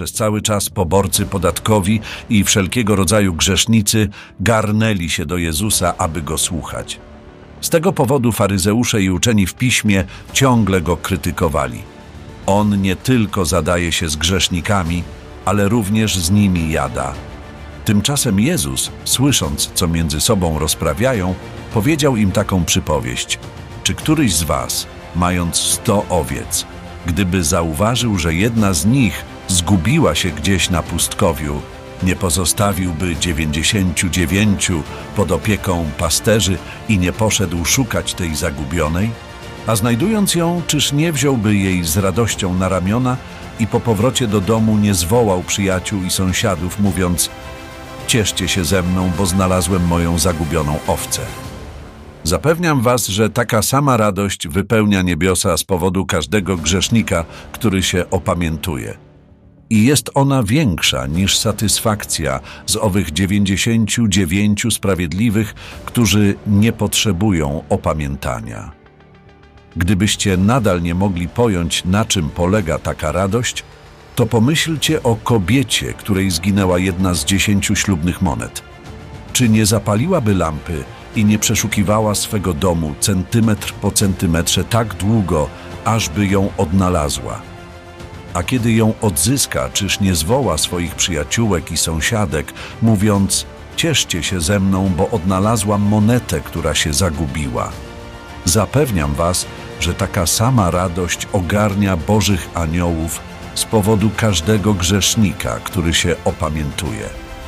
przez cały czas poborcy podatkowi i wszelkiego rodzaju grzesznicy garnęli się do Jezusa, aby Go słuchać. Z tego powodu faryzeusze i uczeni w Piśmie ciągle Go krytykowali. On nie tylko zadaje się z grzesznikami, ale również z nimi jada. Tymczasem Jezus, słysząc, co między sobą rozprawiają, powiedział im taką przypowieść. Czy któryś z was, mając 100 owiec, gdyby zauważył, że jedna z nich zgubiła się gdzieś na pustkowiu, nie pozostawiłby 99 pod opieką pasterzy i nie poszedł szukać tej zagubionej? A znajdując ją, czyż nie wziąłby jej z radością na ramiona i po powrocie do domu nie zwołał przyjaciół i sąsiadów, mówiąc: cieszcie się ze mną, bo znalazłem moją zagubioną owcę. Zapewniam was, że taka sama radość wypełnia niebiosa z powodu każdego grzesznika, który się opamiętuje. I jest ona większa niż satysfakcja z owych 99 sprawiedliwych, którzy nie potrzebują opamiętania. Gdybyście nadal nie mogli pojąć, na czym polega taka radość, to pomyślcie o kobiecie, której zginęła jedna z 10 ślubnych monet. Czy nie zapaliłaby lampy i nie przeszukiwała swego domu centymetr po centymetrze tak długo, ażby ją odnalazła? A kiedy ją odzyska, czyż nie zwoła swoich przyjaciółek i sąsiadek, mówiąc: cieszcie się ze mną, bo odnalazłam monetę, która się zagubiła. Zapewniam was, że taka sama radość ogarnia Bożych aniołów z powodu każdego grzesznika, który się opamiętuje.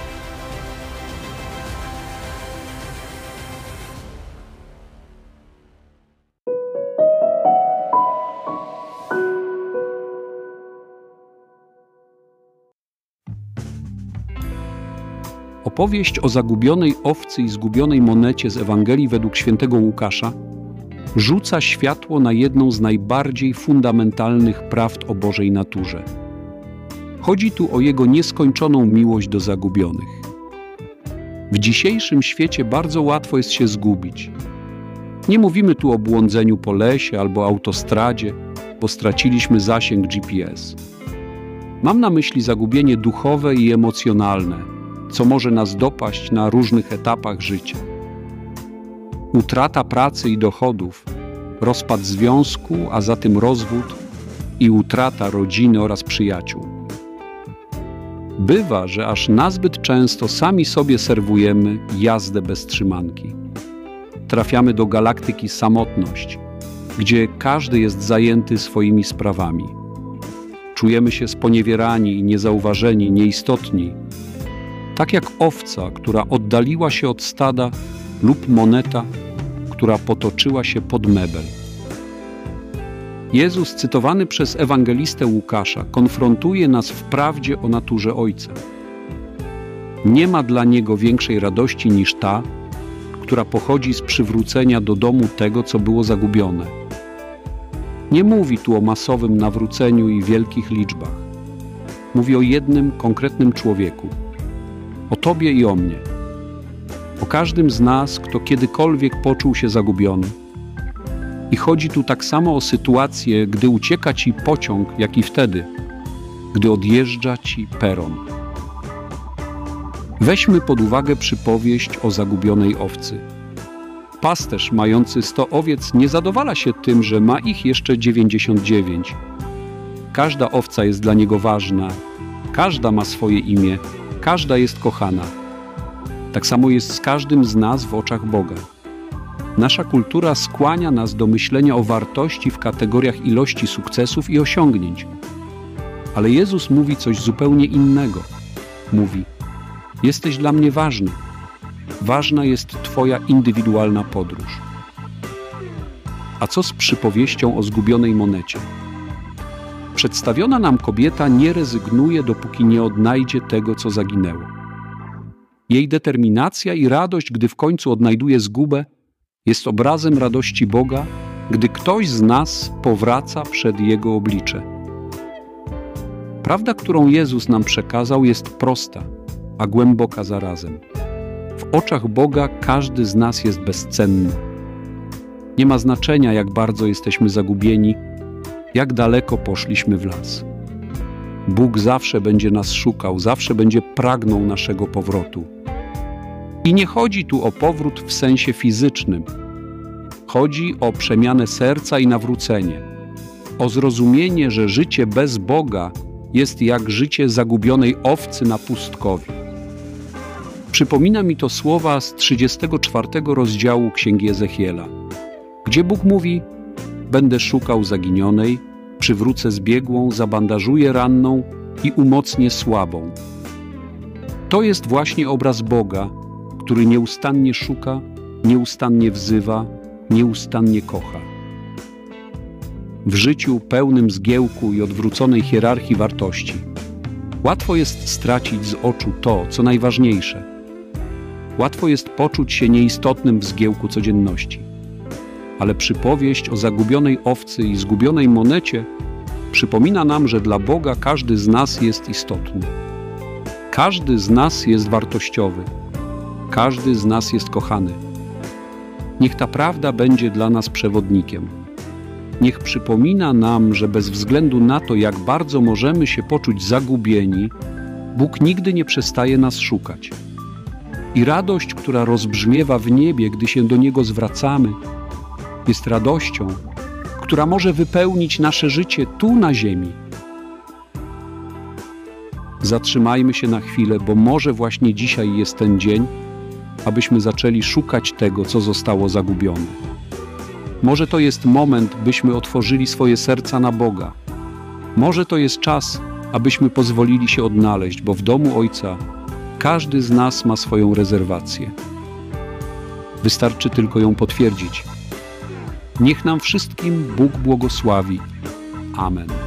Opowieść o zagubionej owcy i zgubionej monecie z Ewangelii według świętego Łukasza rzuca światło na jedną z najbardziej fundamentalnych prawd o Bożej naturze. Chodzi tu o Jego nieskończoną miłość do zagubionych. W dzisiejszym świecie bardzo łatwo jest się zgubić. Nie mówimy tu o błądzeniu po lesie albo autostradzie, bo straciliśmy zasięg GPS. Mam na myśli zagubienie duchowe i emocjonalne, co może nas dopaść na różnych etapach życia. Utrata pracy i dochodów, rozpad związku, a zatem rozwód i utrata rodziny oraz przyjaciół. Bywa, że aż nazbyt często sami sobie serwujemy jazdę bez trzymanki. Trafiamy do galaktyki samotność, gdzie każdy jest zajęty swoimi sprawami. Czujemy się sponiewierani i niezauważeni, nieistotni, tak jak owca, która oddaliła się od stada, lub moneta, która potoczyła się pod mebel. Jezus, cytowany przez ewangelistę Łukasza, konfrontuje nas w prawdzie o naturze Ojca. Nie ma dla Niego większej radości niż ta, która pochodzi z przywrócenia do domu tego, co było zagubione. Nie mówi tu o masowym nawróceniu i wielkich liczbach. Mówi o jednym konkretnym człowieku. O Tobie i o mnie. O każdym z nas, kto kiedykolwiek poczuł się zagubiony. I chodzi tu tak samo o sytuację, gdy ucieka Ci pociąg, jak i wtedy, gdy odjeżdża Ci peron. Weźmy pod uwagę przypowieść o zagubionej owcy. Pasterz mający 100 owiec nie zadowala się tym, że ma ich jeszcze 99. Każda owca jest dla niego ważna, każda ma swoje imię, każda jest kochana. Tak samo jest z każdym z nas w oczach Boga. Nasza kultura skłania nas do myślenia o wartości w kategoriach ilości sukcesów i osiągnięć. Ale Jezus mówi coś zupełnie innego. Mówi: jesteś dla mnie ważny. Ważna jest Twoja indywidualna podróż. A co z przypowieścią o zgubionej monecie? Przedstawiona nam kobieta nie rezygnuje, dopóki nie odnajdzie tego, co zaginęło. Jej determinacja i radość, gdy w końcu odnajduje zgubę, jest obrazem radości Boga, gdy ktoś z nas powraca przed Jego oblicze. Prawda, którą Jezus nam przekazał, jest prosta, a głęboka zarazem. W oczach Boga każdy z nas jest bezcenny. Nie ma znaczenia, jak bardzo jesteśmy zagubieni, jak daleko poszliśmy w las. Bóg zawsze będzie nas szukał, zawsze będzie pragnął naszego powrotu. I nie chodzi tu o powrót w sensie fizycznym. Chodzi o przemianę serca i nawrócenie. O zrozumienie, że życie bez Boga jest jak życie zagubionej owcy na pustkowiu. Przypomina mi to słowa z 34 rozdziału Księgi Ezechiela, gdzie Bóg mówi: będę szukał zaginionej, przywrócę zbiegłą, zabandażuję ranną i umocnię słabą. To jest właśnie obraz Boga, który nieustannie szuka, nieustannie wzywa, nieustannie kocha. W życiu pełnym zgiełku i odwróconej hierarchii wartości łatwo jest stracić z oczu to, co najważniejsze. Łatwo jest poczuć się nieistotnym w zgiełku codzienności. Ale przypowieść o zagubionej owcy i zgubionej monecie przypomina nam, że dla Boga każdy z nas jest istotny. Każdy z nas jest wartościowy. Każdy z nas jest kochany. Niech ta prawda będzie dla nas przewodnikiem. Niech przypomina nam, że bez względu na to, jak bardzo możemy się poczuć zagubieni, Bóg nigdy nie przestaje nas szukać. I radość, która rozbrzmiewa w niebie, gdy się do Niego zwracamy, jest radością, która może wypełnić nasze życie tu na ziemi. Zatrzymajmy się na chwilę, bo może właśnie dzisiaj jest ten dzień, abyśmy zaczęli szukać tego, co zostało zagubione. Może to jest moment, byśmy otworzyli swoje serca na Boga. Może to jest czas, abyśmy pozwolili się odnaleźć, bo w domu Ojca każdy z nas ma swoją rezerwację. Wystarczy tylko ją potwierdzić. Niech nam wszystkim Bóg błogosławi. Amen.